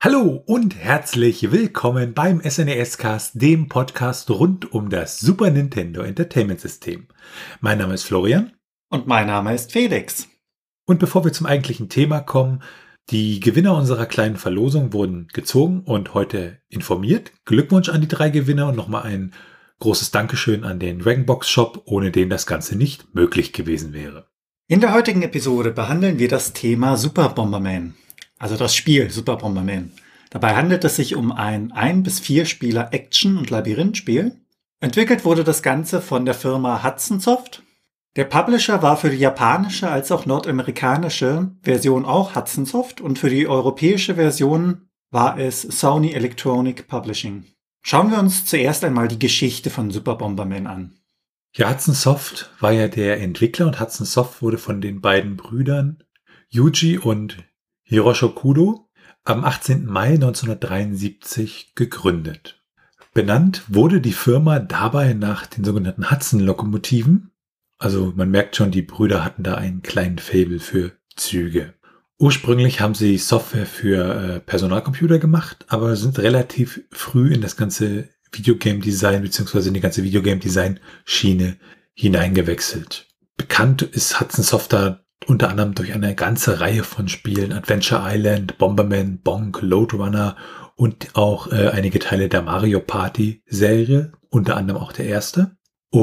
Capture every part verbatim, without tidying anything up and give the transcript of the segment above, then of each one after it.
Hallo und herzlich willkommen beim S N E S-Cast, dem Podcast rund um das Super Nintendo Entertainment System. Mein Name ist Florian. Und mein Name ist Felix. Und bevor wir zum eigentlichen Thema kommen, die Gewinner unserer kleinen Verlosung wurden gezogen und heute informiert. Glückwunsch an die drei Gewinner und nochmal ein großes Dankeschön an den Dragonbox Shop, ohne den das Ganze nicht möglich gewesen wäre. In der heutigen Episode behandeln wir das Thema Super Bomberman. Also das Spiel Super Bomberman. Dabei handelt es sich um ein ein bis vier Spieler Action- und Labyrinthspiel. Entwickelt wurde das Ganze von der Firma Hudson Soft. Der Publisher war für die japanische als auch nordamerikanische Version auch Hudson Soft und für die europäische Version war es Sony Electronic Publishing. Schauen wir uns zuerst einmal die Geschichte von Super Bomberman an. Ja, Hudson Soft war ja der Entwickler und Hudson Soft wurde von den beiden Brüdern Yuji und Hiroshi Kudo am achtzehnten Mai neunzehnhundertdreiundsiebzig gegründet. Benannt wurde die Firma dabei nach den sogenannten Hudson-Lokomotiven. Also man merkt schon, die Brüder hatten da einen kleinen Faible für Züge. Ursprünglich haben sie Software für äh, Personalcomputer gemacht, aber sind relativ früh in das ganze Videogame-Design bzw. in die ganze Videogame-Design-Schiene hineingewechselt. Bekannt ist Hudson Soft da unter anderem durch eine ganze Reihe von Spielen, Adventure Island, Bomberman, Bonk, Lode Runner und auch äh, einige Teile der Mario Party Serie, unter anderem auch der erste.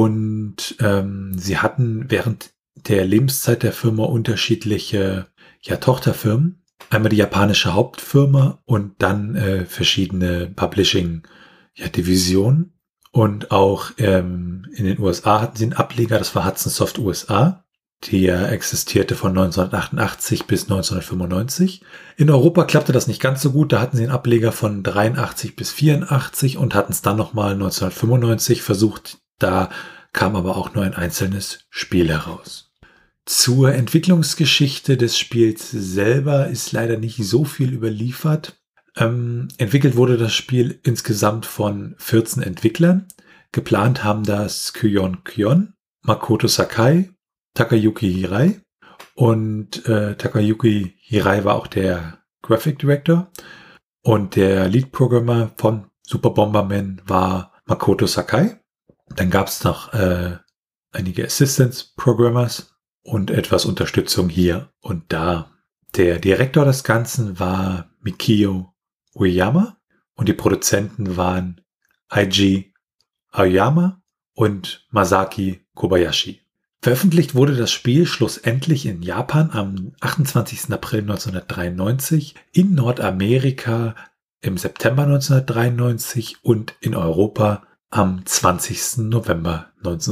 Und ähm, sie hatten während der Lebenszeit der Firma unterschiedliche ja, Tochterfirmen. Einmal die japanische Hauptfirma und dann äh, verschiedene Publishing ja, Divisionen. Und auch ähm, in den U S A hatten sie einen Ableger, das war Hudson Soft U S A. Die ja existierte von neunzehnhundertachtundachtzig bis neunzehnhundertfünfundneunzig. In Europa klappte das nicht ganz so gut, da hatten sie einen Ableger von dreiundachtzig bis vierundachtzig und hatten es dann nochmal neunzehnhundertfünfundneunzig versucht, da kam aber auch nur ein einzelnes Spiel heraus. Zur Entwicklungsgeschichte des Spiels selber ist leider nicht so viel überliefert. Ähm, entwickelt wurde das Spiel insgesamt von vierzehn Entwicklern. Geplant haben das Kyon Kyon, Makoto Sakai, Takayuki Hirai und äh, Takayuki Hirai war auch der Graphic Director und der Lead Programmer von Super Bomberman war Makoto Sakai. Dann gab es noch äh, einige Assistance Programmers und etwas Unterstützung hier und da. Der Direktor des Ganzen war Mikio Ueyama und die Produzenten waren Eiji Aoyama und Masaki Kobayashi. Veröffentlicht wurde das Spiel schlussendlich in Japan am achtundzwanzigsten April neunzehnhundertdreiundneunzig, in Nordamerika im September neunzehnhundertdreiundneunzig und in Europa am zwanzigsten November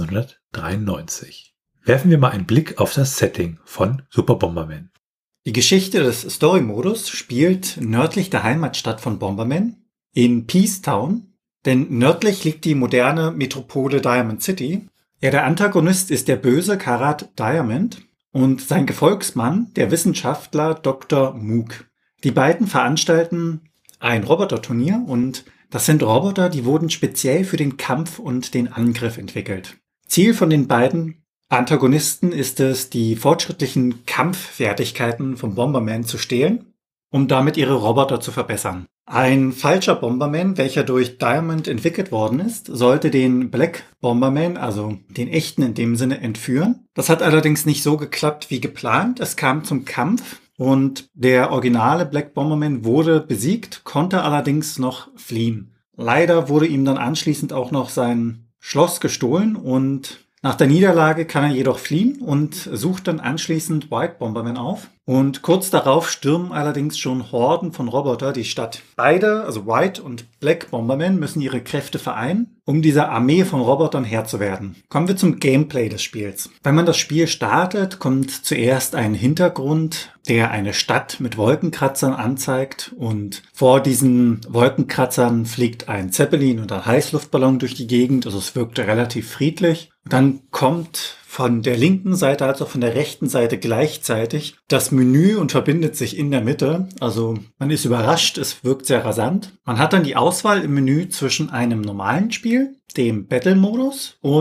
neunzehnhundertdreiundneunzig. Werfen wir mal einen Blick auf das Setting von Super Bomberman. Die Geschichte des Story-Modus spielt nördlich der Heimatstadt von Bomberman, in Peace Town, denn nördlich liegt die moderne Metropole Diamond City. Ja, der Antagonist ist der böse Karat Diamond und sein Gefolgsmann, der Wissenschaftler Doktor Moog. Die beiden veranstalten ein Roboterturnier und das sind Roboter, die wurden speziell für den Kampf und den Angriff entwickelt. Ziel von den beiden Antagonisten ist es, die fortschrittlichen Kampffertigkeiten vom Bomberman zu stehlen, um damit ihre Roboter zu verbessern. Ein falscher Bomberman, welcher durch Diamond entwickelt worden ist, sollte den Black Bomberman, also den echten in dem Sinne, entführen. Das hat allerdings nicht so geklappt wie geplant. Es kam zum Kampf und der originale Black Bomberman wurde besiegt, konnte allerdings noch fliehen. Leider wurde ihm dann anschließend auch noch sein Schloss gestohlen und nach der Niederlage kann er jedoch fliehen und sucht dann anschließend White Bomberman auf. Und kurz darauf stürmen allerdings schon Horden von Roboter die Stadt. Beide, also White und Black Bomberman, müssen ihre Kräfte vereinen, um dieser Armee von Robotern Herr zu werden. Kommen wir zum Gameplay des Spiels. Wenn man das Spiel startet, kommt zuerst ein Hintergrund, der eine Stadt mit Wolkenkratzern anzeigt. Und vor diesen Wolkenkratzern fliegt ein Zeppelin und ein Heißluftballon durch die Gegend. Also es wirkt relativ friedlich. Und dann kommt von der linken Seite als auch von der rechten Seite gleichzeitig das Menü und verbindet sich in der Mitte. Also man ist überrascht, es wirkt sehr rasant. Man hat dann die Auswahl im Menü zwischen einem normalen Spiel, dem Battle-Modus und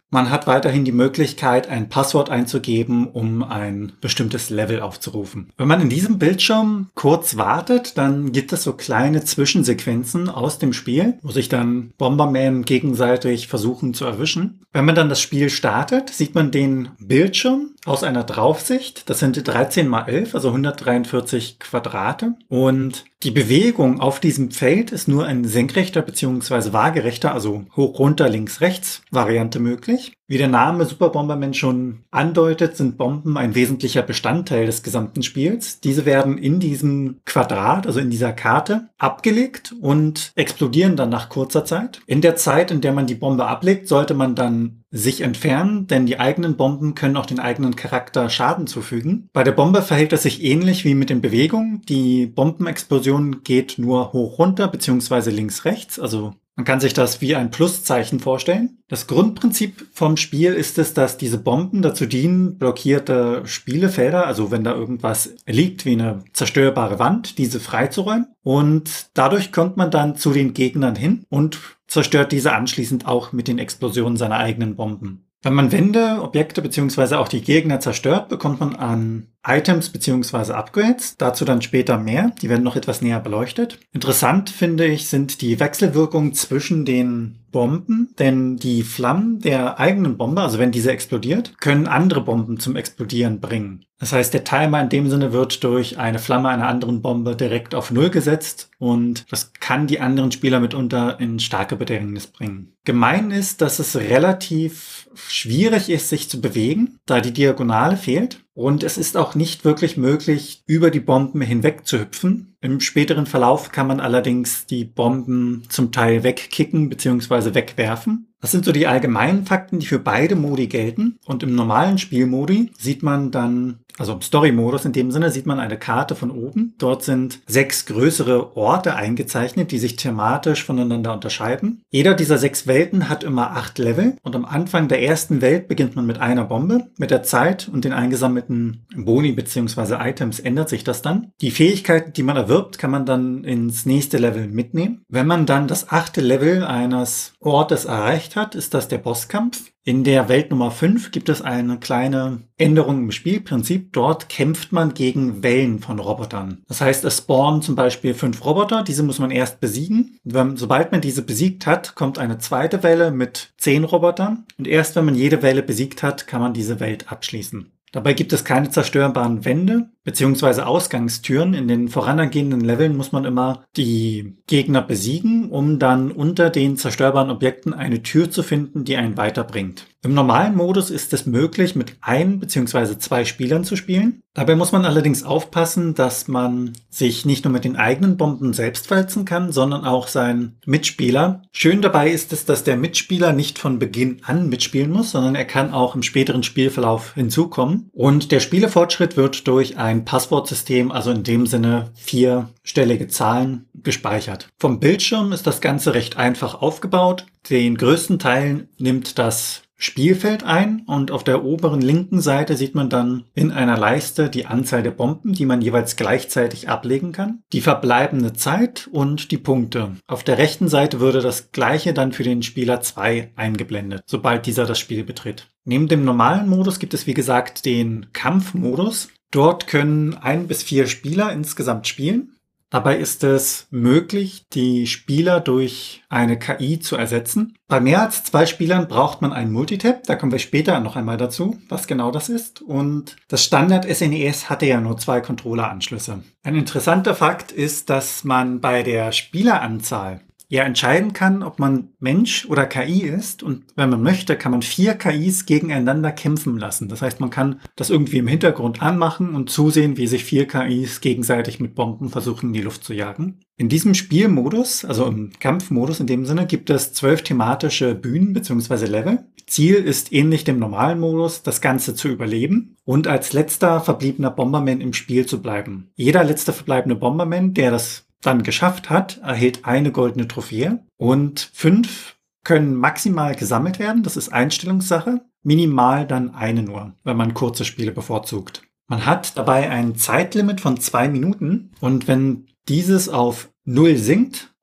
Man hat weiterhin die Möglichkeit, ein Passwort einzugeben, um ein bestimmtes Level aufzurufen. Wenn man in diesem Bildschirm kurz wartet, dann gibt es so kleine Zwischensequenzen aus dem Spiel, wo sich dann Bomberman gegenseitig versuchen zu erwischen. Wenn man dann das Spiel startet, sieht man den Bildschirm aus einer Draufsicht. Das sind dreizehn mal elf, also hundertdreiundvierzig Quadrate. Und die Bewegung auf diesem Feld ist nur ein senkrechter bzw. waagerechter, also hoch, runter, links, rechts Variante möglich. Wie der Name Super Bomberman schon andeutet, sind Bomben ein wesentlicher Bestandteil des gesamten Spiels. Diese werden in diesem Quadrat, also in dieser Karte, abgelegt und explodieren dann nach kurzer Zeit. In der Zeit, in der man die Bombe ablegt, sollte man dann sich entfernen, denn die eigenen Bomben können auch den eigenen Charakter Schaden zufügen. Bei der Bombe verhält es sich ähnlich wie mit den Bewegungen. Die Bombenexplosion geht nur hoch, runter bzw. links, rechts, also man kann sich das wie ein Pluszeichen vorstellen. Das Grundprinzip vom Spiel ist es, dass diese Bomben dazu dienen, blockierte Spielefelder, also wenn da irgendwas liegt wie eine zerstörbare Wand, diese freizuräumen. Und dadurch kommt man dann zu den Gegnern hin und zerstört diese anschließend auch mit den Explosionen seiner eigenen Bomben. Wenn man Wände, Objekte bzw. auch die Gegner zerstört, bekommt man an Items bzw. Upgrades. Dazu dann später mehr. Die werden noch etwas näher beleuchtet. Interessant, finde ich, sind die Wechselwirkungen zwischen den Bomben, denn die Flammen der eigenen Bombe, also wenn diese explodiert, können andere Bomben zum Explodieren bringen. Das heißt, der Timer in dem Sinne wird durch eine Flamme einer anderen Bombe direkt auf Null gesetzt und das kann die anderen Spieler mitunter in starke Bedrängnis bringen. Gemein ist, dass es relativ schwierig ist, sich zu bewegen, da die Diagonale fehlt. Und es ist auch nicht wirklich möglich, über die Bomben hinweg zu hüpfen. Im späteren Verlauf kann man allerdings die Bomben zum Teil wegkicken bzw. wegwerfen. Das sind so die allgemeinen Fakten, die für beide Modi gelten. Und im normalen Spielmodi sieht man dann, also im Story-Modus in dem Sinne, sieht man eine Karte von oben. Dort sind sechs größere Orte eingezeichnet, die sich thematisch voneinander unterscheiden. Jeder dieser sechs Welten hat immer acht Level. Und am Anfang der ersten Welt beginnt man mit einer Bombe. Mit der Zeit und den eingesammelten Boni bzw. Items ändert sich das dann. Die Fähigkeiten, die man erwirbt, kann man dann ins nächste Level mitnehmen. Wenn man dann das achte Level eines Ortes erreicht hat, ist das der Bosskampf. In der Welt Nummer fünf gibt es eine kleine Änderung im Spielprinzip. Dort kämpft man gegen Wellen von Robotern. Das heißt, es spawnen zum Beispiel fünf Roboter. Diese muss man erst besiegen. Wenn, sobald man diese besiegt hat, kommt eine zweite Welle mit zehn Robotern. Und erst wenn man jede Welle besiegt hat, kann man diese Welt abschließen. Dabei gibt es keine zerstörbaren Wände bzw. Ausgangstüren. In den vorangehenden Leveln muss man immer die Gegner besiegen, um dann unter den zerstörbaren Objekten eine Tür zu finden, die einen weiterbringt. Im normalen Modus ist es möglich, mit ein bzw. zwei Spielern zu spielen. Dabei muss man allerdings aufpassen, dass man sich nicht nur mit den eigenen Bomben selbst verletzen kann, sondern auch seinen Mitspieler. Schön dabei ist es, dass der Mitspieler nicht von Beginn an mitspielen muss, sondern er kann auch im späteren Spielverlauf hinzukommen. Und der Spielefortschritt wird durch ein Passwortsystem, also in dem Sinne vierstellige Zahlen, gespeichert. Vom Bildschirm ist das Ganze recht einfach aufgebaut. Den größten Teil nimmt das Spielfeld ein und auf der oberen linken Seite sieht man dann in einer Leiste die Anzahl der Bomben, die man jeweils gleichzeitig ablegen kann, die verbleibende Zeit und die Punkte. Auf der rechten Seite würde das gleiche dann für den Spieler zwei eingeblendet, sobald dieser das Spiel betritt. Neben dem normalen Modus gibt es wie gesagt den Kampfmodus. Dort können ein bis vier Spieler insgesamt spielen. Dabei ist es möglich, die Spieler durch eine K I zu ersetzen. Bei mehr als zwei Spielern braucht man einen Multitap. Da kommen wir später noch einmal dazu, was genau das ist. Und das Standard-S N E S hatte ja nur zwei Controlleranschlüsse. Ein interessanter Fakt ist, dass man bei der Spieleranzahl ja entscheiden kann, ob man Mensch oder K I ist. Und wenn man möchte, kann man vier K Is gegeneinander kämpfen lassen. Das heißt, man kann das irgendwie im Hintergrund anmachen und zusehen, wie sich vier K Is gegenseitig mit Bomben versuchen, in die Luft zu jagen. In diesem Spielmodus, also im Kampfmodus in dem Sinne, gibt es zwölf thematische Bühnen bzw. Level. Ziel ist ähnlich dem normalen Modus, das Ganze zu überleben und als letzter verbliebener Bomberman im Spiel zu bleiben. Jeder letzte verbleibende Bomberman, der das dann geschafft hat, erhält eine goldene Trophäe und fünf können maximal gesammelt werden. Das ist Einstellungssache. Minimal dann eine nur, wenn man kurze Spiele bevorzugt. Man hat dabei ein Zeitlimit von zwei Minuten und wenn dieses auf null sinkt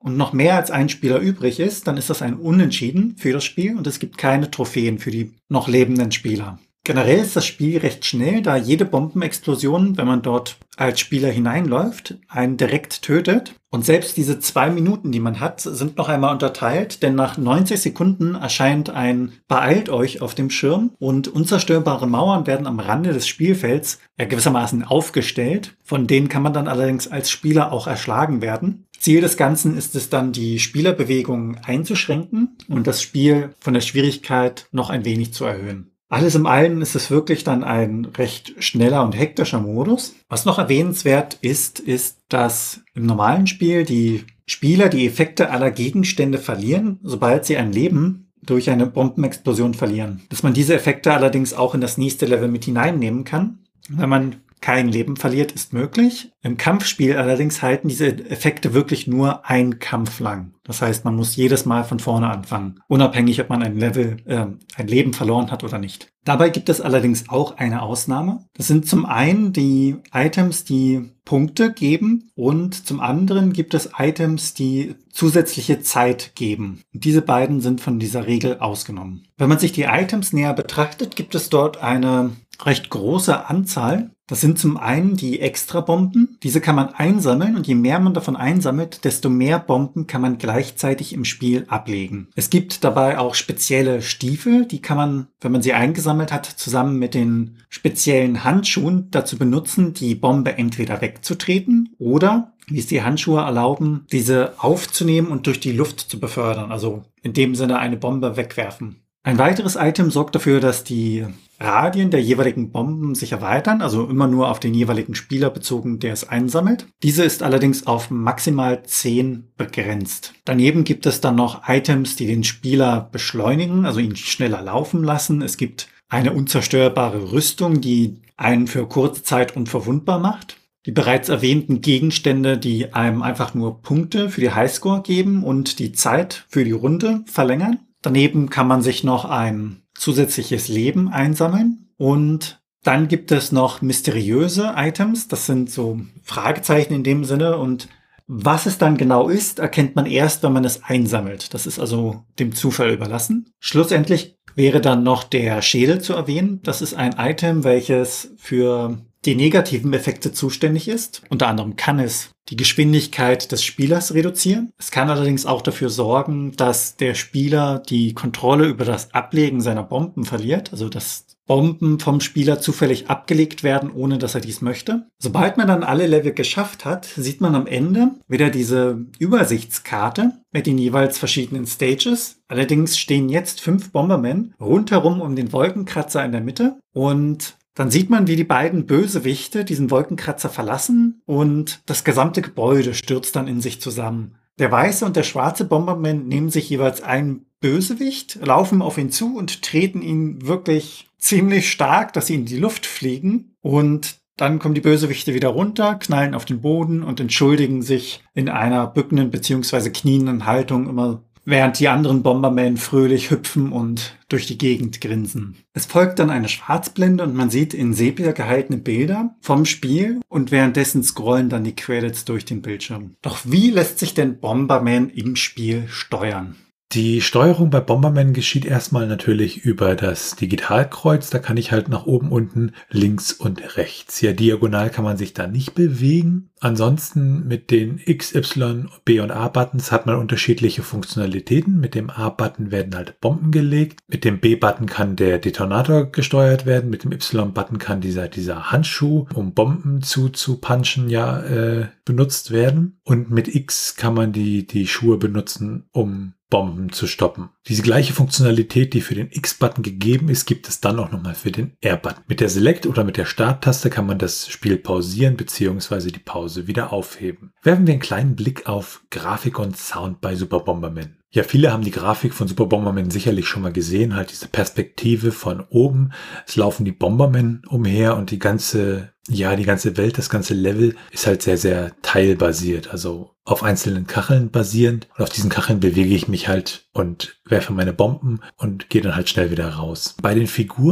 und noch mehr als ein Spieler übrig ist, dann ist das ein Unentschieden für das Spiel und es gibt keine Trophäen für die noch lebenden Spieler. Generell ist das Spiel recht schnell, da jede Bombenexplosion, wenn man dort als Spieler hineinläuft, einen direkt tötet. Und selbst diese zwei Minuten, die man hat, sind noch einmal unterteilt, denn nach neunzig Sekunden erscheint ein Beeilt euch auf dem Schirm und unzerstörbare Mauern werden am Rande des Spielfelds ja, gewissermaßen aufgestellt. Von denen kann man dann allerdings als Spieler auch erschlagen werden. Ziel des Ganzen ist es dann, die Spielerbewegung einzuschränken und das Spiel von der Schwierigkeit noch ein wenig zu erhöhen. Alles im Allen ist es wirklich dann ein recht schneller und hektischer Modus. Was noch erwähnenswert ist, ist, dass im normalen Spiel die Spieler die Effekte aller Gegenstände verlieren, sobald sie ein Leben durch eine Bombenexplosion verlieren. Dass man diese Effekte allerdings auch in das nächste Level mit hineinnehmen kann. Wenn man kein Leben verliert, ist möglich. Im Kampfspiel allerdings halten diese Effekte wirklich nur ein Kampf lang. Das heißt, man muss jedes Mal von vorne anfangen, unabhängig, ob man ein Level, äh, ein Leben verloren hat oder nicht. Dabei gibt es allerdings auch eine Ausnahme. Das sind zum einen die Items, die Punkte geben und zum anderen gibt es Items, die zusätzliche Zeit geben. Und diese beiden sind von dieser Regel ausgenommen. Wenn man sich die Items näher betrachtet, gibt es dort eine recht große Anzahl. Das sind zum einen die Extra-Bomben. Diese kann man einsammeln und je mehr man davon einsammelt, desto mehr Bomben kann man gleichzeitig im Spiel ablegen. Es gibt dabei auch spezielle Stiefel, die kann man, wenn man sie eingesammelt hat, zusammen mit den speziellen Handschuhen dazu benutzen, die Bombe entweder wegzutreten oder, wie es die Handschuhe erlauben, diese aufzunehmen und durch die Luft zu befördern. Also in dem Sinne eine Bombe wegwerfen. Ein weiteres Item sorgt dafür, dass die Radien der jeweiligen Bomben sich erweitern, also immer nur auf den jeweiligen Spieler bezogen, der es einsammelt. Diese ist allerdings auf maximal zehn begrenzt. Daneben gibt es dann noch Items, die den Spieler beschleunigen, also ihn schneller laufen lassen. Es gibt eine unzerstörbare Rüstung, die einen für kurze Zeit unverwundbar macht. Die bereits erwähnten Gegenstände, die einem einfach nur Punkte für die Highscore geben und die Zeit für die Runde verlängern. Daneben kann man sich noch ein zusätzliches Leben einsammeln und dann gibt es noch mysteriöse Items. Das sind so Fragezeichen in dem Sinne und was es dann genau ist, erkennt man erst, wenn man es einsammelt. Das ist also dem Zufall überlassen. Schlussendlich wäre dann noch der Schädel zu erwähnen. Das ist ein Item, welches für die negativen Effekte zuständig ist. Unter anderem kann es die Geschwindigkeit des Spielers reduzieren. Es kann allerdings auch dafür sorgen, dass der Spieler die Kontrolle über das Ablegen seiner Bomben verliert, also dass Bomben vom Spieler zufällig abgelegt werden, ohne dass er dies möchte. Sobald man dann alle Level geschafft hat, sieht man am Ende wieder diese Übersichtskarte mit den jeweils verschiedenen Stages. Allerdings stehen jetzt fünf Bombermen rundherum um den Wolkenkratzer in der Mitte und dann sieht man, wie die beiden Bösewichte diesen Wolkenkratzer verlassen und das gesamte Gebäude stürzt dann in sich zusammen. Der weiße und der schwarze Bomberman nehmen sich jeweils einen Bösewicht, laufen auf ihn zu und treten ihn wirklich ziemlich stark, dass sie in die Luft fliegen. Und dann kommen die Bösewichte wieder runter, knallen auf den Boden und entschuldigen sich in einer bückenden bzw. knienden Haltung immer, während die anderen Bombermen fröhlich hüpfen und durch die Gegend grinsen. Es folgt dann eine Schwarzblende und man sieht in Sepia gehaltene Bilder vom Spiel und währenddessen scrollen dann die Credits durch den Bildschirm. Doch wie lässt sich denn Bomberman im Spiel steuern? Die Steuerung bei Bomberman geschieht erstmal natürlich über das Digitalkreuz. Da kann ich halt nach oben, unten, links und rechts. Ja, diagonal kann man sich da nicht bewegen. Ansonsten mit den X, Y, B und A-Buttons hat man unterschiedliche Funktionalitäten. Mit dem A-Button werden halt Bomben gelegt. Mit dem B-Button kann der Detonator gesteuert werden. Mit dem Y-Button kann dieser, dieser Handschuh, um Bomben zu, zu punchen, ja, äh, benutzt werden. Und mit X kann man die, die Schuhe benutzen, um Bomben zu stoppen. Diese gleiche Funktionalität, die für den X-Button gegeben ist, gibt es dann auch nochmal für den R-Button. Mit der Select- oder mit der Start-Taste kann man das Spiel pausieren bzw. die Pause wieder aufheben. Werfen wir einen kleinen Blick auf Grafik und Sound bei Super Bomberman. Ja, viele haben die Grafik von Super Bomberman sicherlich schon mal gesehen, halt diese Perspektive von oben. Es laufen die Bombermen umher und die ganze, ja, die ganze Welt, das ganze Level ist halt sehr, sehr teilbasiert, also auf einzelnen Kacheln basierend. Und auf diesen Kacheln bewege ich mich halt und werfe meine Bomben und gehe dann halt schnell wieder raus. Bei den Figuren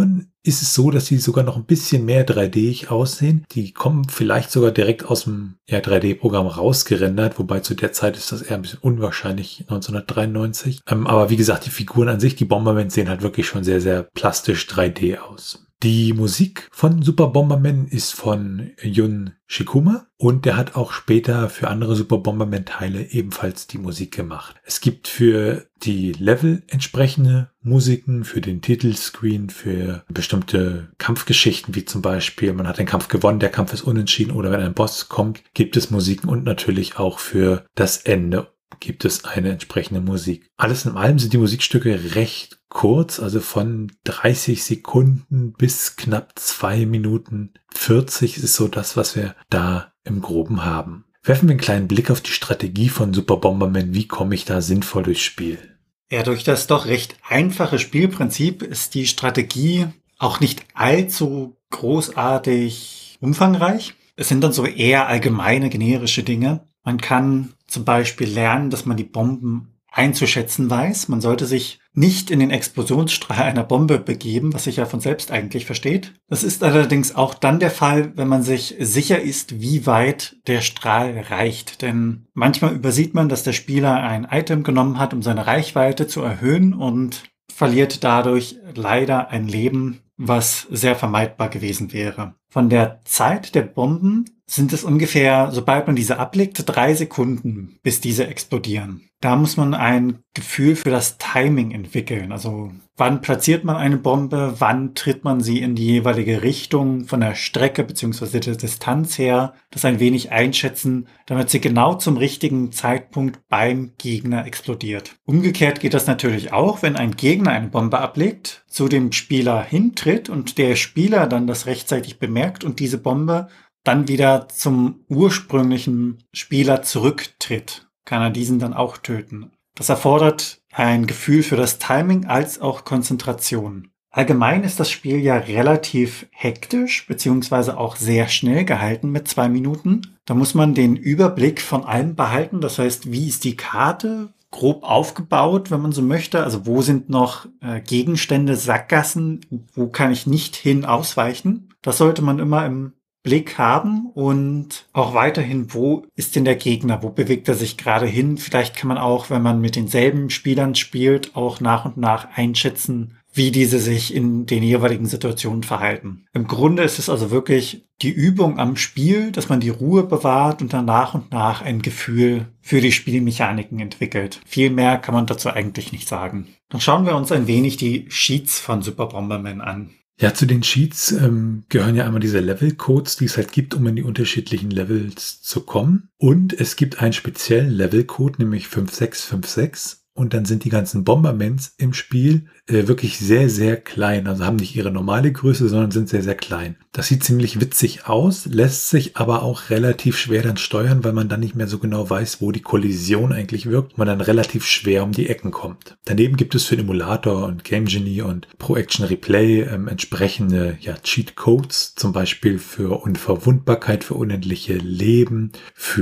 ist es so, dass sie sogar noch ein bisschen mehr drei D-ig aussehen. Die kommen vielleicht sogar direkt aus dem ja, drei D-Programm rausgerendert, wobei zu der Zeit ist das eher ein bisschen unwahrscheinlich, neunzehnhundertdreiundneunzig. Ähm, aber wie gesagt, die Figuren an sich, die Bombermen, sehen halt wirklich schon sehr, sehr plastisch drei D aus. Die Musik von Super Bomberman ist von Jun Shikuma und der hat auch später für andere Super Bomberman-Teile ebenfalls die Musik gemacht. Es gibt für die Level entsprechende Musiken, für den Titelscreen, für bestimmte Kampfgeschichten, wie zum Beispiel, man hat den Kampf gewonnen, der Kampf ist unentschieden oder wenn ein Boss kommt, gibt es Musiken und natürlich auch für das Ende gibt es eine entsprechende Musik. Alles in allem sind die Musikstücke recht kurz, also von dreißig Sekunden bis knapp zwei Minuten vierzig ist so das, was wir da im Groben haben. Werfen wir einen kleinen Blick auf die Strategie von Super Bomberman. Wie komme ich da sinnvoll durchs Spiel? Ja, durch das doch recht einfache Spielprinzip ist die Strategie auch nicht allzu großartig umfangreich. Es sind dann so eher allgemeine, generische Dinge. Man kann zum Beispiel lernen, dass man die Bomben einzuschätzen weiß. Man sollte sich nicht in den Explosionsstrahl einer Bombe begeben, was sich ja von selbst eigentlich versteht. Das ist allerdings auch dann der Fall, wenn man sich sicher ist, wie weit der Strahl reicht. Denn manchmal übersieht man, dass der Spieler ein Item genommen hat, um seine Reichweite zu erhöhen und verliert dadurch leider ein Leben, was sehr vermeidbar gewesen wäre. Von der Zeit der Bomben sind es ungefähr, sobald man diese ablegt, drei Sekunden, bis diese explodieren. Da muss man ein Gefühl für das Timing entwickeln. Also wann platziert man eine Bombe, wann tritt man sie in die jeweilige Richtung von der Strecke bzw. der Distanz her. Das ein wenig einschätzen, damit sie genau zum richtigen Zeitpunkt beim Gegner explodiert. Umgekehrt geht das natürlich auch, wenn ein Gegner eine Bombe ablegt, zu dem Spieler hintritt und der Spieler dann das rechtzeitig bemerkt und diese Bombe dann wieder zum ursprünglichen Spieler zurücktritt, kann er diesen dann auch töten. Das erfordert ein Gefühl für das Timing als auch Konzentration. Allgemein ist das Spiel ja relativ hektisch beziehungsweise auch sehr schnell gehalten mit zwei Minuten. Da muss man den Überblick von allem behalten. Das heißt, wie ist die Karte grob aufgebaut, wenn man so möchte? Also wo sind noch äh, Gegenstände, Sackgassen? Wo kann ich nicht hin ausweichen? Das sollte man immer im Blick haben und auch weiterhin, wo ist denn der Gegner? Wo bewegt er sich gerade hin? Vielleicht kann man auch, wenn man mit denselben Spielern spielt, auch nach und nach einschätzen, wie diese sich in den jeweiligen Situationen verhalten. Im Grunde ist es also wirklich die Übung am Spiel, dass man die Ruhe bewahrt und dann nach und nach ein Gefühl für die Spielmechaniken entwickelt. Viel mehr kann man dazu eigentlich nicht sagen. Dann schauen wir uns ein wenig die Cheats von Super Bomberman an. Ja, zu den Cheats ähm, gehören ja einmal diese Level-Codes, die es halt gibt, um in die unterschiedlichen Levels zu kommen. Und es gibt einen speziellen Level-Code, nämlich fünf sechs fünf sechs. Und dann sind die ganzen Bombermans im Spiel äh, wirklich sehr, sehr klein. Also haben nicht ihre normale Größe, sondern sind sehr, sehr klein. Das sieht ziemlich witzig aus, lässt sich aber auch relativ schwer dann steuern, weil man dann nicht mehr so genau weiß, wo die Kollision eigentlich wirkt. Man dann relativ schwer um die Ecken kommt. Daneben gibt es für den Emulator und Game Genie und Pro Action Replay ähm, entsprechende ja, Cheat Codes. Zum Beispiel für Unverwundbarkeit, für unendliche Leben,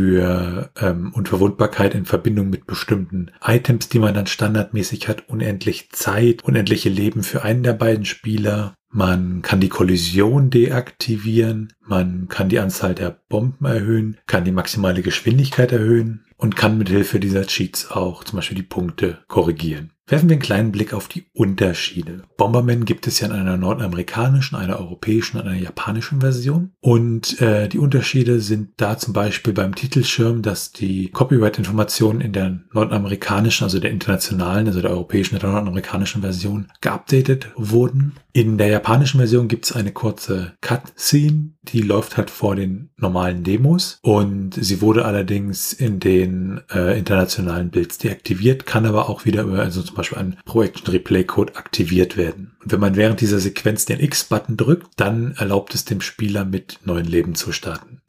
für ähm, Unverwundbarkeit in Verbindung mit bestimmten Items, die man dann standardmäßig hat, unendlich Zeit, unendliche Leben für einen der beiden Spieler. Man kann die Kollision deaktivieren, man kann die Anzahl der Bomben erhöhen, kann die maximale Geschwindigkeit erhöhen und kann mithilfe dieser Cheats auch zum Beispiel die Punkte korrigieren. Werfen wir einen kleinen Blick auf die Unterschiede. Bomberman gibt es ja in einer nordamerikanischen, einer europäischen und einer japanischen Version. Und äh, die Unterschiede sind da zum Beispiel beim Titelschirm, dass die Copyright-Informationen in der nordamerikanischen, also der internationalen, also der europäischen und der nordamerikanischen Version geupdatet wurden. In der japanischen Version gibt es eine kurze Cutscene, die läuft halt vor den normalen Demos. Und sie wurde allerdings in den äh, internationalen Builds deaktiviert, kann aber auch wieder über also zum Beispiel ein Pro Action Replay Code aktiviert werden. Und wenn man während dieser Sequenz den X-Button drückt, dann erlaubt es dem Spieler mit neuen Leben zu starten.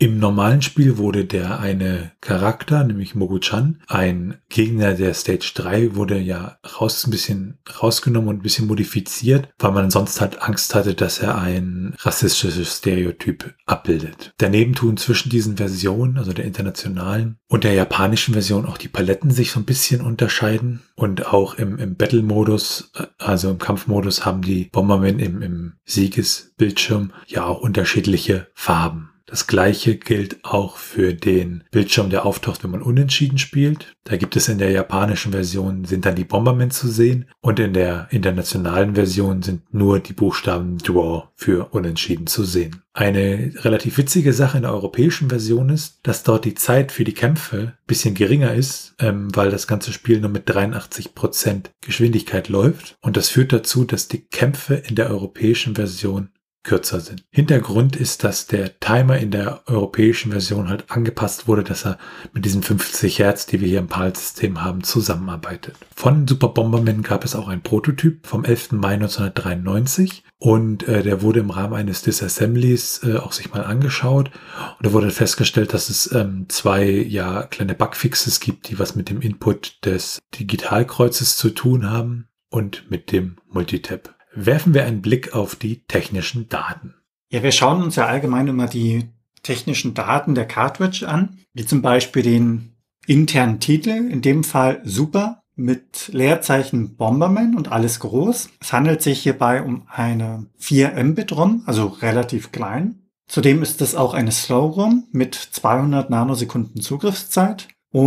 Im normalen Spiel wurde der eine Charakter, nämlich Mogu-chan, ein Gegner der Stage drei, wurde ja raus, ein bisschen rausgenommen und ein bisschen modifiziert, weil man sonst halt Angst hatte, dass er ein rassistisches Stereotyp abbildet. Daneben tun zwischen diesen Versionen, also der internationalen und der japanischen Version, auch die Paletten sich so ein bisschen unterscheiden. Und auch im, im Battle-Modus, also im Kampfmodus, haben die Bombermen im, im Siegesbildschirm ja auch unterschiedliche Farben. Das gleiche gilt auch für den Bildschirm, der auftaucht, wenn man unentschieden spielt. Da gibt es in der japanischen Version, sind dann die Bombermen zu sehen, und in der internationalen Version sind nur die Buchstaben Draw für unentschieden zu sehen. Eine relativ witzige Sache in der europäischen Version ist, dass dort die Zeit für die Kämpfe ein bisschen geringer ist, ähm, weil das ganze Spiel nur mit dreiundachtzig Prozent Geschwindigkeit läuft. Und das führt dazu, dass die Kämpfe in der europäischen Version kürzer sind. Hintergrund ist, dass der Timer in der europäischen Version halt angepasst wurde, dass er mit diesen fünfzig Hertz, die wir hier im PAL-System haben, zusammenarbeitet. Von Super Bomberman gab es auch einen Prototyp vom elften Mai neunzehnhundertdreiundneunzig und äh, der wurde im Rahmen eines Disassemblies äh, auch sich mal angeschaut und da wurde festgestellt, dass es ähm, zwei ja kleine Bugfixes gibt, die was mit dem Input des Digitalkreuzes zu tun haben und mit dem Multitap. Werfen wir einen Blick auf die technischen Daten. Ja, wir schauen uns ja allgemein immer die technischen Daten der Cartridge an, wie zum Beispiel den internen Titel, in dem Fall Super, mit Leerzeichen Bomberman und alles groß. Es handelt sich hierbei um eine vier Mbit ROM, also relativ klein. Zudem ist es auch eine Slow-ROM mit zweihundert Nanosekunden Zugriffszeit.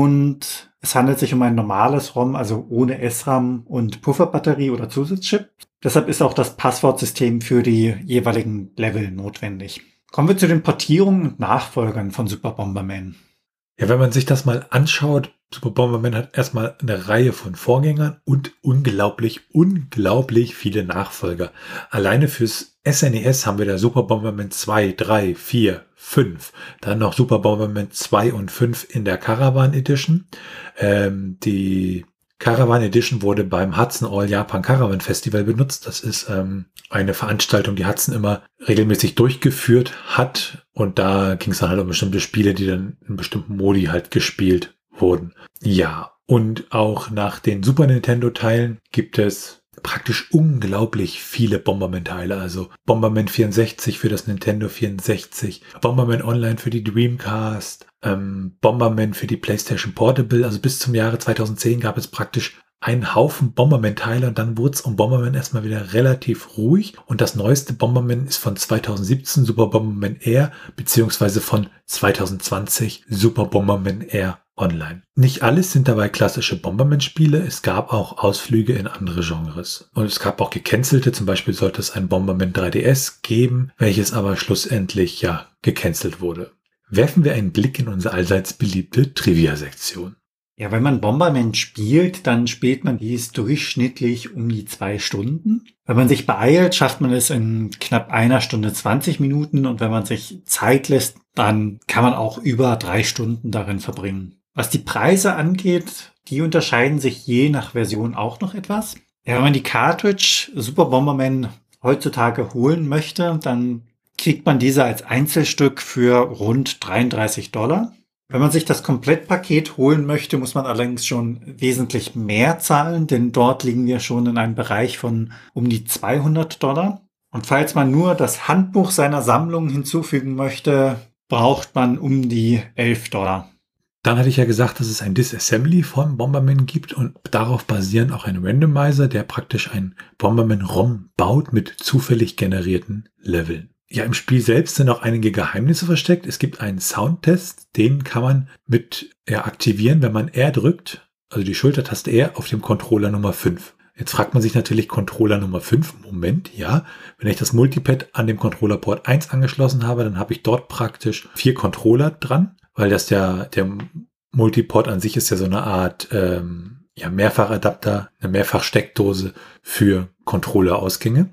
Und es handelt sich um ein normales ROM, also ohne S RAM und Pufferbatterie oder Zusatzchip. Deshalb ist auch das Passwortsystem für die jeweiligen Level notwendig. Kommen wir zu den Portierungen und Nachfolgern von Super Bomberman. Ja, wenn man sich das mal anschaut, Super Bomberman hat erstmal eine Reihe von Vorgängern und unglaublich, unglaublich viele Nachfolger. Alleine fürs S N E S haben wir da Super Bomberman zwei, drei, vier, fünf. Dann noch Super Bomberman zwei und fünf in der Caravan Edition. Ähm, die Caravan Edition wurde beim Hudson All Japan Caravan Festival benutzt. Das ist ähm, eine Veranstaltung, die Hudson immer regelmäßig durchgeführt hat. Und da ging es dann halt um bestimmte Spiele, die dann in bestimmten Modi halt gespielt wurden. Ja, und auch nach den Super Nintendo-Teilen gibt es praktisch unglaublich viele Bomberman-Teile. Also Bomberman vierundsechzig für das Nintendo vierundsechzig, Bomberman Online für die Dreamcast, ähm, Bomberman für die PlayStation Portable. Also bis zum Jahre zweitausendzehn gab es praktisch einen Haufen Bomberman-Teile und dann wurde es um Bomberman erstmal wieder relativ ruhig. Und das neueste Bomberman ist von zweitausendsiebzehn Super Bomberman Air beziehungsweise von zweitausendzwanzig Super Bomberman Air Online. Nicht alles sind dabei klassische Bomberman-Spiele, es gab auch Ausflüge in andere Genres. Und es gab auch gecancelte, zum Beispiel sollte es ein Bomberman drei D S geben, welches aber schlussendlich ja gecancelt wurde. Werfen wir einen Blick in unsere allseits beliebte Trivia-Sektion. Ja, wenn man Bomberman spielt, dann spielt man dies durchschnittlich um die zwei Stunden. Wenn man sich beeilt, schafft man es in knapp einer Stunde zwanzig Minuten und wenn man sich Zeit lässt, dann kann man auch über drei Stunden darin verbringen. Was die Preise angeht, die unterscheiden sich je nach Version auch noch etwas. Ja, wenn man die Cartridge Super Bomberman heutzutage holen möchte, dann kriegt man diese als Einzelstück für rund dreiunddreißig Dollar. Wenn man sich das Komplettpaket holen möchte, muss man allerdings schon wesentlich mehr zahlen, denn dort liegen wir schon in einem Bereich von um die zweihundert Dollar. Und falls man nur das Handbuch seiner Sammlung hinzufügen möchte, braucht man um die elf Dollar. Dann hatte ich ja gesagt, dass es ein Disassembly von Bomberman gibt und darauf basieren auch ein Randomizer, der praktisch ein Bomberman-ROM baut mit zufällig generierten Leveln. Ja, im Spiel selbst sind auch einige Geheimnisse versteckt. Es gibt einen Soundtest, den kann man mit R aktivieren, wenn man R drückt, also die Schultertaste R auf dem Controller Nummer fünf. Jetzt fragt man sich natürlich Controller Nummer fünf. Moment, ja. Wenn ich das Multipad an dem Controller Port eins angeschlossen habe, dann habe ich dort praktisch vier Controller dran, weil das der, der Multiport an sich ist ja so eine Art ähm, ja, Mehrfachadapter, eine Mehrfachsteckdose für Controller-Ausgänge.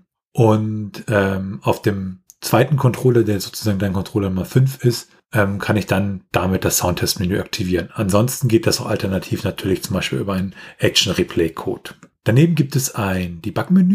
Und ähm, auf dem zweiten Controller, der sozusagen dein Controller Nummer fünf ist, ähm, kann ich dann damit das Soundtest-Menü aktivieren. Ansonsten geht das auch alternativ natürlich zum Beispiel über einen Action-Replay-Code. Daneben gibt es ein Debug-Menü.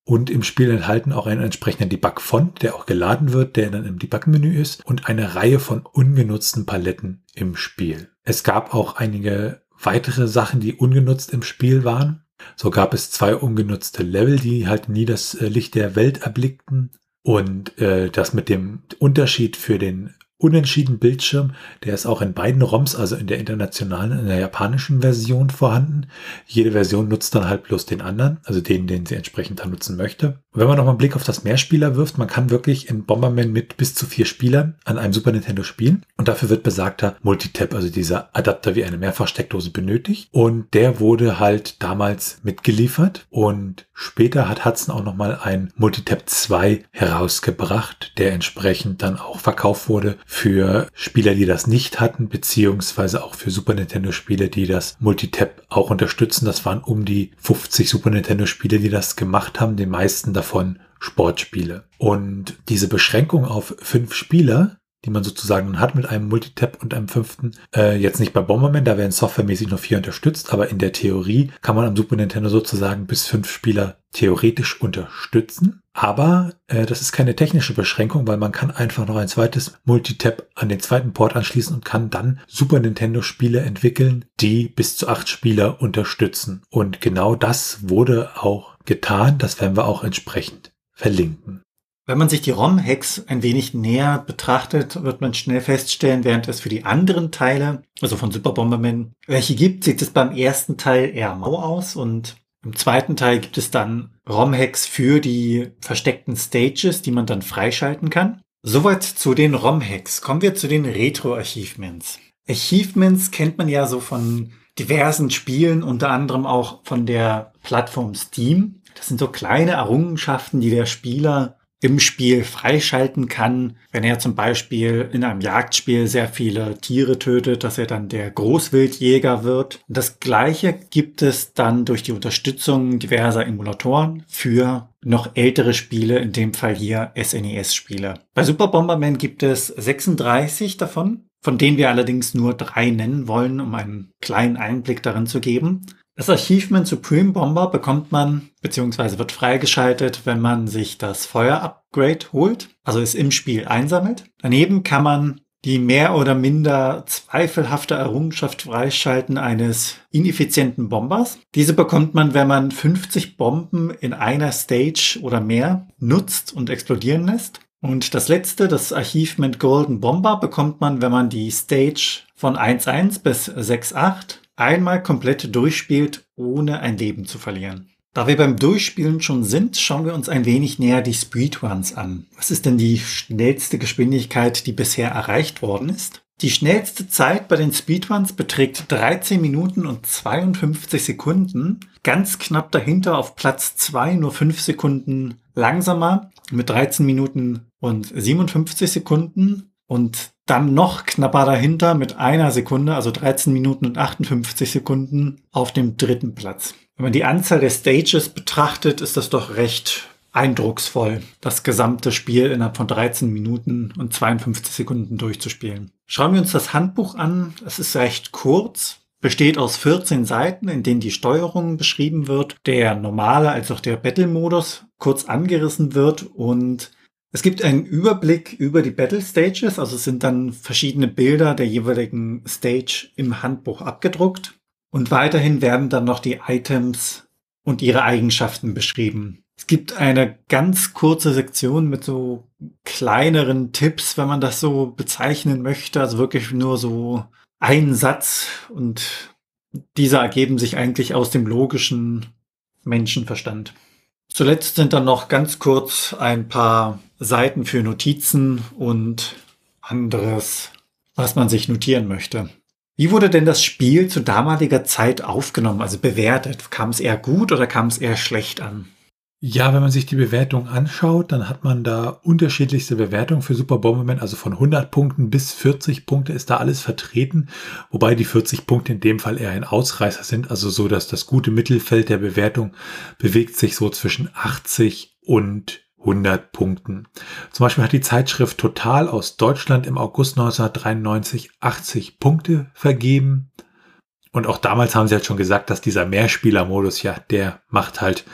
und im Spiel enthalten auch einen entsprechenden Debug-Font, der auch geladen wird, der dann im Debug-Menü ist und eine Reihe von ungenutzten Paletten im Spiel. Es gab auch einige weitere Sachen, die ungenutzt im Spiel waren. So gab es zwei ungenutzte Level, die halt nie das Licht der Welt erblickten. Und äh, das mit dem Unterschied für den unentschieden Bildschirm, der ist auch in beiden ROMs, also in der internationalen und in der japanischen Version vorhanden. Jede Version nutzt dann halt bloß den anderen, also den, den sie entsprechend dann nutzen möchte. Und wenn man nochmal einen Blick auf das Mehrspieler wirft, man kann wirklich in Bomberman mit bis zu vier Spielern an einem Super Nintendo spielen. Und dafür wird besagter Multitap, also dieser Adapter wie eine Mehrfachsteckdose, benötigt. Und der wurde halt damals mitgeliefert. Und später hat Hudson auch nochmal ein Multitap zwei herausgebracht, der entsprechend dann auch verkauft wurde für Spieler, die das nicht hatten, beziehungsweise auch für Super Nintendo-Spiele, die das Multitap auch unterstützen. Das waren um die fünfzig Super Nintendo-Spiele, die das gemacht haben, die meisten davon Sportspiele. Und diese Beschränkung auf fünf Spieler, die man sozusagen hat mit einem Multitap und einem fünften, äh, jetzt nicht bei Bomberman, da werden softwaremäßig nur vier unterstützt, aber in der Theorie kann man am Super Nintendo sozusagen bis fünf Spieler theoretisch unterstützen. Aber äh, das ist keine technische Beschränkung, weil man kann einfach noch ein zweites Multitap an den zweiten Port anschließen und kann dann Super Nintendo Spiele entwickeln, die bis zu acht Spieler unterstützen. Und genau das wurde auch getan. Das werden wir auch entsprechend verlinken. Wenn man sich die ROM-Hacks ein wenig näher betrachtet, wird man schnell feststellen, während es für die anderen Teile, also von Super Bomberman, welche gibt, sieht es beim ersten Teil eher mau aus und im zweiten Teil gibt es dann ROM-Hacks für die versteckten Stages, die man dann freischalten kann. Soweit zu den ROM-Hacks. Kommen wir zu den Retro-Achievements. Achievements kennt man ja so von diversen Spielen, unter anderem auch von der Plattform Steam. Das sind so kleine Errungenschaften, die der Spieler im Spiel freischalten kann, wenn er zum Beispiel in einem Jagdspiel sehr viele Tiere tötet, dass er dann der Großwildjäger wird. Das Gleiche gibt es dann durch die Unterstützung diverser Emulatoren für noch ältere Spiele, in dem Fall hier S N E S-Spiele. Bei Super Bomberman gibt es sechsunddreißig davon, von denen wir allerdings nur drei nennen wollen, um einen kleinen Einblick darin zu geben. Das Achievement Supreme Bomber bekommt man bzw. wird freigeschaltet, wenn man sich das Feuer-Upgrade holt, also es im Spiel einsammelt. Daneben kann man die mehr oder minder zweifelhafte Errungenschaft freischalten eines ineffizienten Bombers. Diese bekommt man, wenn man fünfzig Bomben in einer Stage oder mehr nutzt und explodieren lässt. Und das letzte, das Achievement Golden Bomber, bekommt man, wenn man die Stage von eins Punkt eins bis sechs Punkt acht einmal komplett durchspielt, ohne ein Leben zu verlieren. Da wir beim Durchspielen schon sind, schauen wir uns ein wenig näher die Speedruns an. Was ist denn die schnellste Geschwindigkeit, die bisher erreicht worden ist? Die schnellste Zeit bei den Speedruns beträgt dreizehn Minuten und zweiundfünfzig Sekunden. Ganz knapp dahinter auf Platz zwei, nur fünf Sekunden langsamer, mit dreizehn Minuten und siebenundfünfzig Sekunden. Und dann noch knapper dahinter mit einer Sekunde, also dreizehn Minuten und achtundfünfzig Sekunden auf dem dritten Platz. Wenn man die Anzahl der Stages betrachtet, ist das doch recht eindrucksvoll, das gesamte Spiel innerhalb von dreizehn Minuten und zweiundfünfzig Sekunden durchzuspielen. Schauen wir uns das Handbuch an. Es ist recht kurz, besteht aus vierzehn Seiten, in denen die Steuerung beschrieben wird, der normale als auch der Battle-Modus kurz angerissen wird und es gibt einen Überblick über die Battle Stages, also es sind dann verschiedene Bilder der jeweiligen Stage im Handbuch abgedruckt. Und weiterhin werden dann noch die Items und ihre Eigenschaften beschrieben. Es gibt eine ganz kurze Sektion mit so kleineren Tipps, wenn man das so bezeichnen möchte, also wirklich nur so ein Satz und diese ergeben sich eigentlich aus dem logischen Menschenverstand. Zuletzt sind dann noch ganz kurz ein paar Seiten für Notizen und anderes, was man sich notieren möchte. Wie wurde denn das Spiel zu damaliger Zeit aufgenommen, also bewertet? Kam es eher gut oder kam es eher schlecht an? Ja, wenn man sich die Bewertung anschaut, dann hat man da unterschiedlichste Bewertungen für Super Bomberman, also von hundert Punkten bis vierzig Punkte ist da alles vertreten, wobei die vierzig Punkte in dem Fall eher ein Ausreißer sind, also so, dass das gute Mittelfeld der Bewertung bewegt sich so zwischen achtzig und hundert Punkten. Zum Beispiel hat die Zeitschrift Total aus Deutschland im August neunzehnhundertdreiundneunzig achtzig Punkte vergeben. Und auch damals haben sie halt schon gesagt, dass dieser Mehrspieler-Modus, ja, der macht halt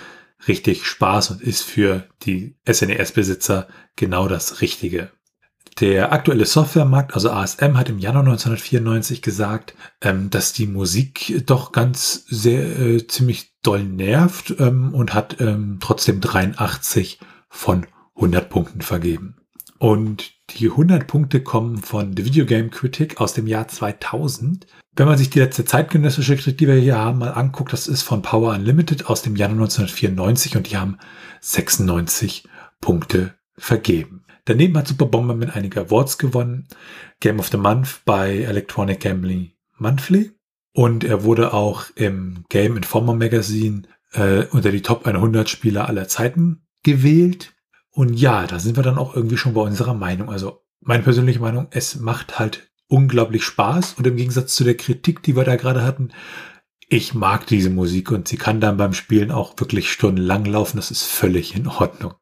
richtig Spaß und ist für die S N E S-Besitzer genau das Richtige. Der aktuelle Softwaremarkt, also A S M, hat im Januar neunzehnhundertvierundneunzig gesagt, ähm, dass die Musik doch ganz sehr äh, ziemlich doll nervt ähm, und hat ähm, trotzdem dreiundachtzig von hundert Punkten vergeben. Und die hundert Punkte kommen von The Video Game Critic aus dem Jahr zweitausend. Wenn man sich die letzte zeitgenössische Kritik, die wir hier haben, mal anguckt, das ist von Power Unlimited aus dem Januar neunzehnhundertvierundneunzig und die haben sechsundneunzig Punkte vergeben. Daneben hat Super Bomberman einige Awards gewonnen. Game of the Month bei Electronic Gambling Monthly. Und er wurde auch im Game Informer Magazine äh, unter die Top hundert Spieler aller Zeiten gewählt. Und ja, da sind wir dann auch irgendwie schon bei unserer Meinung. Also meine persönliche Meinung, es macht halt unglaublich Spaß. Und im Gegensatz zu der Kritik, die wir da gerade hatten, ich mag diese Musik und sie kann dann beim Spielen auch wirklich stundenlang laufen. Das ist völlig in Ordnung.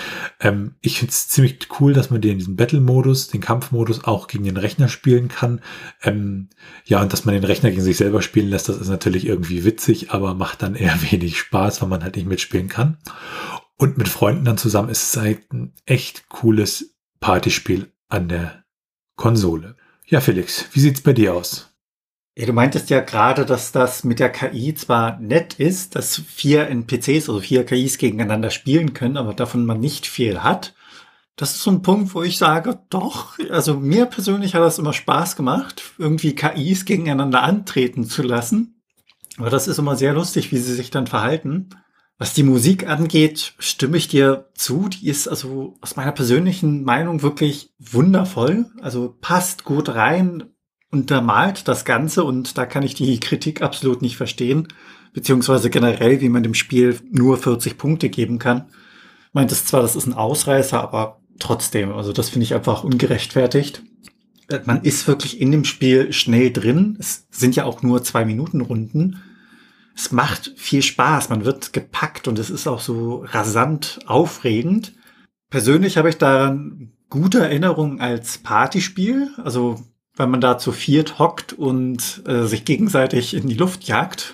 Ähm, ich finde es ziemlich cool, dass man den, diesen Battle-Modus, den Kampfmodus auch gegen den Rechner spielen kann. Ähm, ja, und dass man den Rechner gegen sich selber spielen lässt, das ist natürlich irgendwie witzig, aber macht dann eher wenig Spaß, weil man halt nicht mitspielen kann. Und mit Freunden dann zusammen ist es halt ein echt cooles Partyspiel an der Konsole. Ja, Felix, wie sieht's bei dir aus? Ja, du meintest ja gerade, dass das mit der K I zwar nett ist, dass vier N P Cs, also vier K Is gegeneinander spielen können, aber davon man nicht viel hat. Das ist so ein Punkt, wo ich sage, doch, also mir persönlich hat das immer Spaß gemacht, irgendwie K Is gegeneinander antreten zu lassen. Aber das ist immer sehr lustig, wie sie sich dann verhalten. Was die Musik angeht, stimme ich dir zu. Die ist also aus meiner persönlichen Meinung wirklich wundervoll. Also passt gut rein, untermalt das Ganze und da kann ich die Kritik absolut nicht verstehen. Beziehungsweise generell, wie man dem Spiel nur vierzig Punkte geben kann. Meint es zwar, das ist ein Ausreißer, aber trotzdem, also das finde ich einfach ungerechtfertigt. Man ist wirklich in dem Spiel schnell drin. Es sind ja auch nur zwei Minuten Runden. Es macht viel Spaß, man wird gepackt und es ist auch so rasant aufregend. Persönlich habe ich daran gute Erinnerungen als Partyspiel, also wenn man da zu viert hockt und äh, sich gegenseitig in die Luft jagt.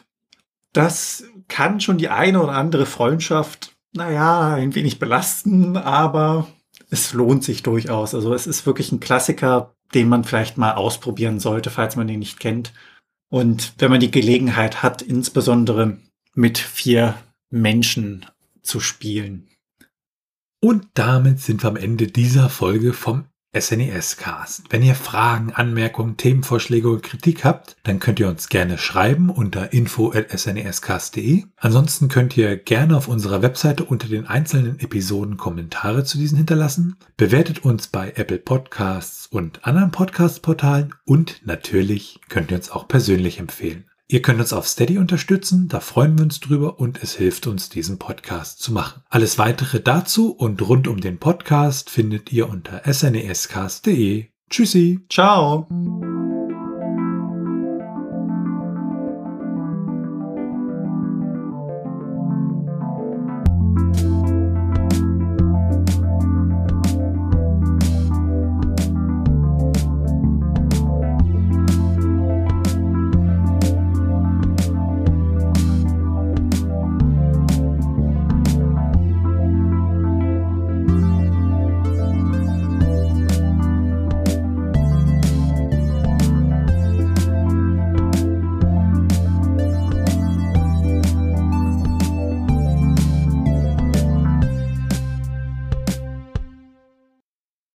Das kann schon die eine oder andere Freundschaft, naja, ein wenig belasten, aber es lohnt sich durchaus. Also es ist wirklich ein Klassiker, den man vielleicht mal ausprobieren sollte, falls man ihn nicht kennt. Und wenn man die Gelegenheit hat, insbesondere mit vier Menschen zu spielen. Und damit sind wir am Ende dieser Folge vom S N E S-Cast. Wenn ihr Fragen, Anmerkungen, Themenvorschläge oder Kritik habt, dann könnt ihr uns gerne schreiben unter info at s n e s cast punkt d e. Ansonsten könnt ihr gerne auf unserer Webseite unter den einzelnen Episoden Kommentare zu diesen hinterlassen. Bewertet uns bei Apple Podcasts und anderen Podcast-Portalen und natürlich könnt ihr uns auch persönlich empfehlen. Ihr könnt uns auf Steady unterstützen, da freuen wir uns drüber und es hilft uns, diesen Podcast zu machen. Alles weitere dazu und rund um den Podcast findet ihr unter s n e s cast punkt d e. Tschüssi. Ciao.